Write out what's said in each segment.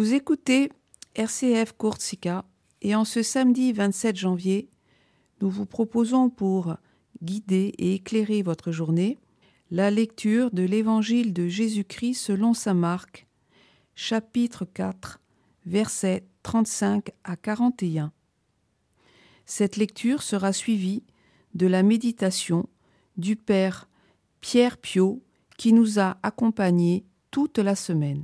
Vous écoutez RCF Courtsica et en ce samedi 27 janvier, nous vous proposons pour guider et éclairer votre journée la lecture de l'Évangile de Jésus-Christ selon saint Marc, chapitre 4, versets 35 à 41. Cette lecture sera suivie de la méditation du Père Pierre Piot qui nous a accompagnés toute la semaine.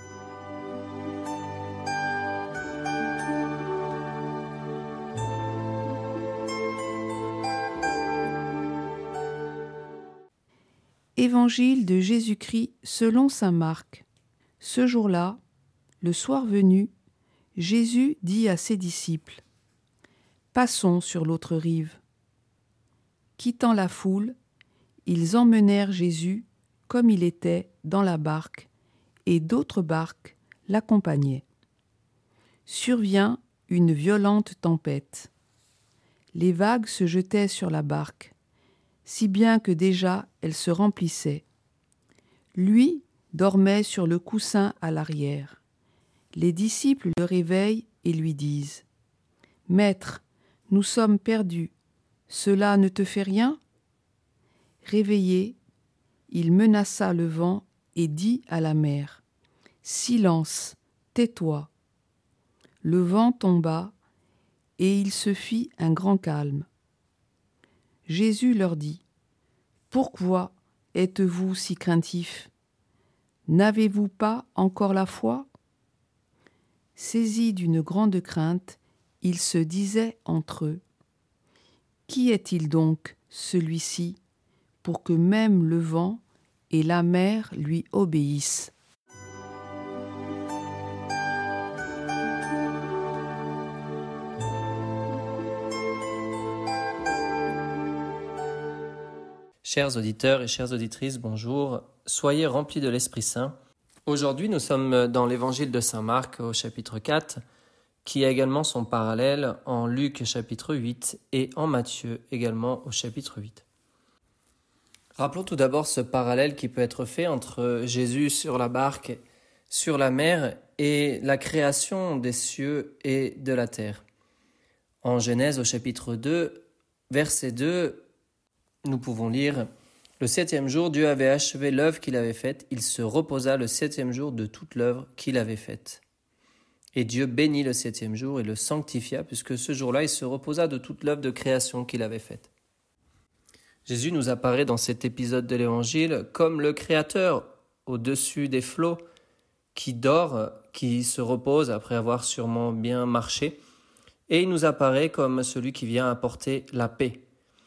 Évangile de Jésus-Christ selon saint Marc. Ce jour-là, le soir venu, Jésus dit à ses disciples : « Passons sur l'autre rive. » Quittant la foule, ils emmenèrent Jésus comme il était dans la barque, et d'autres barques l'accompagnaient. Survient une violente tempête. Les vagues se jetaient sur la barque, si bien que déjà elle se remplissait. Lui dormait sur le coussin à l'arrière. Les disciples le réveillent et lui disent : « Maître, nous sommes perdus, cela ne te fait rien ?» Réveillé, il menaça le vent et dit à la mer : « Silence, tais-toi !» Le vent tomba et il se fit un grand calme. Jésus leur dit : « Pourquoi êtes-vous si craintifs ? N'avez-vous pas encore la foi ? » Saisis d'une grande crainte, ils se disaient entre eux : « Qui est-il donc, celui-ci, pour que même le vent et la mer lui obéissent ? » Chers auditeurs et chères auditrices, bonjour. Soyez remplis de l'Esprit Saint. Aujourd'hui, nous sommes dans l'Évangile de saint Marc au chapitre 4, qui a également son parallèle en Luc chapitre 8 et en Matthieu également au chapitre 8. Rappelons tout d'abord ce parallèle qui peut être fait entre Jésus sur la barque, sur la mer et la création des cieux et de la terre. En Genèse au chapitre 2, verset 2, nous pouvons lire : « Le 7e jour, Dieu avait achevé l'œuvre qu'il avait faite. Il se reposa le 7e jour de toute l'œuvre qu'il avait faite. Et Dieu bénit le 7e jour et le sanctifia, puisque ce jour-là, il se reposa de toute l'œuvre de création qu'il avait faite. » Jésus nous apparaît dans cet épisode de l'Évangile comme le Créateur au-dessus des flots, qui dort, qui se repose après avoir sûrement bien marché. Et il nous apparaît comme celui qui vient apporter la paix.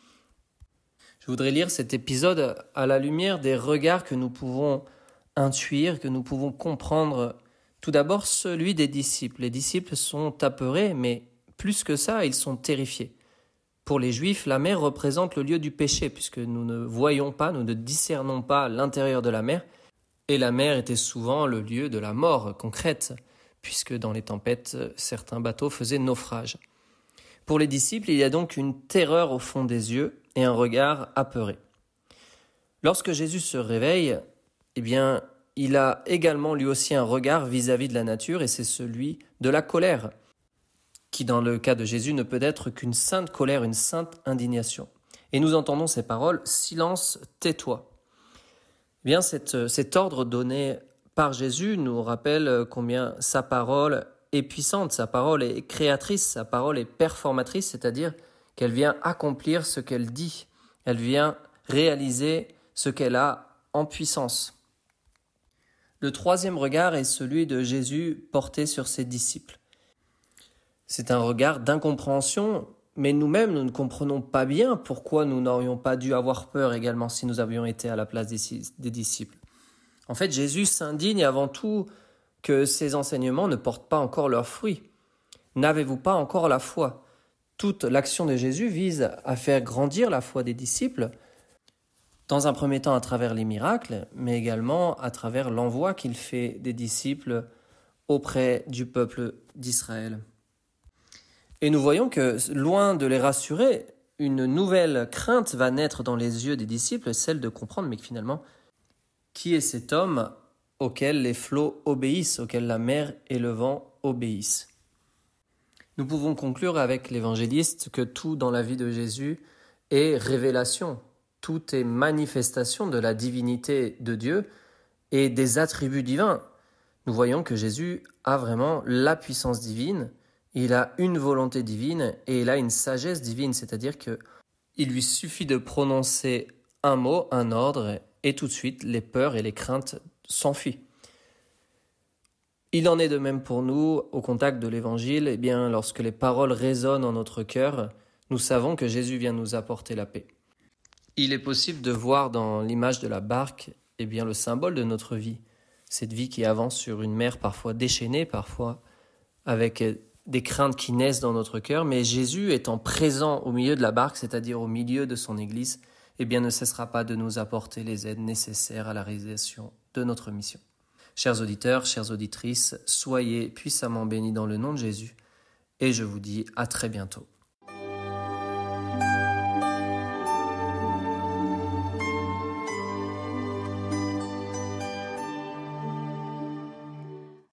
Je voudrais lire cet épisode à la lumière des regards que nous pouvons intuire, que nous pouvons comprendre. Tout d'abord, celui des disciples. Les disciples sont apeurés, mais plus que ça, ils sont terrifiés. Pour les Juifs, la mer représente le lieu du péché, puisque nous ne voyons pas, nous ne discernons pas l'intérieur de la mer. Et la mer était souvent le lieu de la mort concrète, puisque dans les tempêtes, certains bateaux faisaient naufrage. Pour les disciples, il y a donc une terreur au fond des yeux et un regard apeuré. Lorsque Jésus se réveille, il a également lui aussi un regard vis-à-vis de la nature, et c'est celui de la colère, qui dans le cas de Jésus ne peut être qu'une sainte colère, une sainte indignation. Et nous entendons ces paroles : « Silence, tais-toi ». Cet ordre donné par Jésus nous rappelle combien sa parole est puissante, sa parole est créatrice, sa parole est performatrice, c'est-à-dire qu'elle vient accomplir ce qu'elle dit, elle vient réaliser ce qu'elle a en puissance. Le troisième regard est celui de Jésus porté sur ses disciples. C'est un regard d'incompréhension, mais nous-mêmes, nous ne comprenons pas bien pourquoi nous n'aurions pas dû avoir peur également si nous avions été à la place des disciples. En fait, Jésus s'indigne avant tout que ces enseignements ne portent pas encore leurs fruits. N'avez-vous pas encore la foi ? Toute l'action de Jésus vise à faire grandir la foi des disciples, dans un premier temps à travers les miracles, mais également à travers l'envoi qu'il fait des disciples auprès du peuple d'Israël. Et nous voyons que, loin de les rassurer, une nouvelle crainte va naître dans les yeux des disciples, celle de comprendre, mais finalement, qui est cet homme auquel les flots obéissent, auquel la mer et le vent obéissent. Nous pouvons conclure avec l'évangéliste que tout dans la vie de Jésus est révélation, tout est manifestation de la divinité de Dieu et des attributs divins. Nous voyons que Jésus a vraiment la puissance divine, il a une volonté divine et il a une sagesse divine, c'est-à-dire qu'il lui suffit de prononcer un mot, un ordre, et tout de suite les peurs et les craintes s'enfuient. Il en est de même pour nous, au contact de l'Évangile, lorsque les paroles résonnent en notre cœur, nous savons que Jésus vient nous apporter la paix. Il est possible de voir dans l'image de la barque, le symbole de notre vie, cette vie qui avance sur une mer parfois déchaînée, parfois avec des craintes qui naissent dans notre cœur, mais Jésus étant présent au milieu de la barque, c'est-à-dire au milieu de son Église, ne cessera pas de nous apporter les aides nécessaires à la réalisation de notre mission. Chers auditeurs, chères auditrices, soyez puissamment bénis dans le nom de Jésus et je vous dis à très bientôt.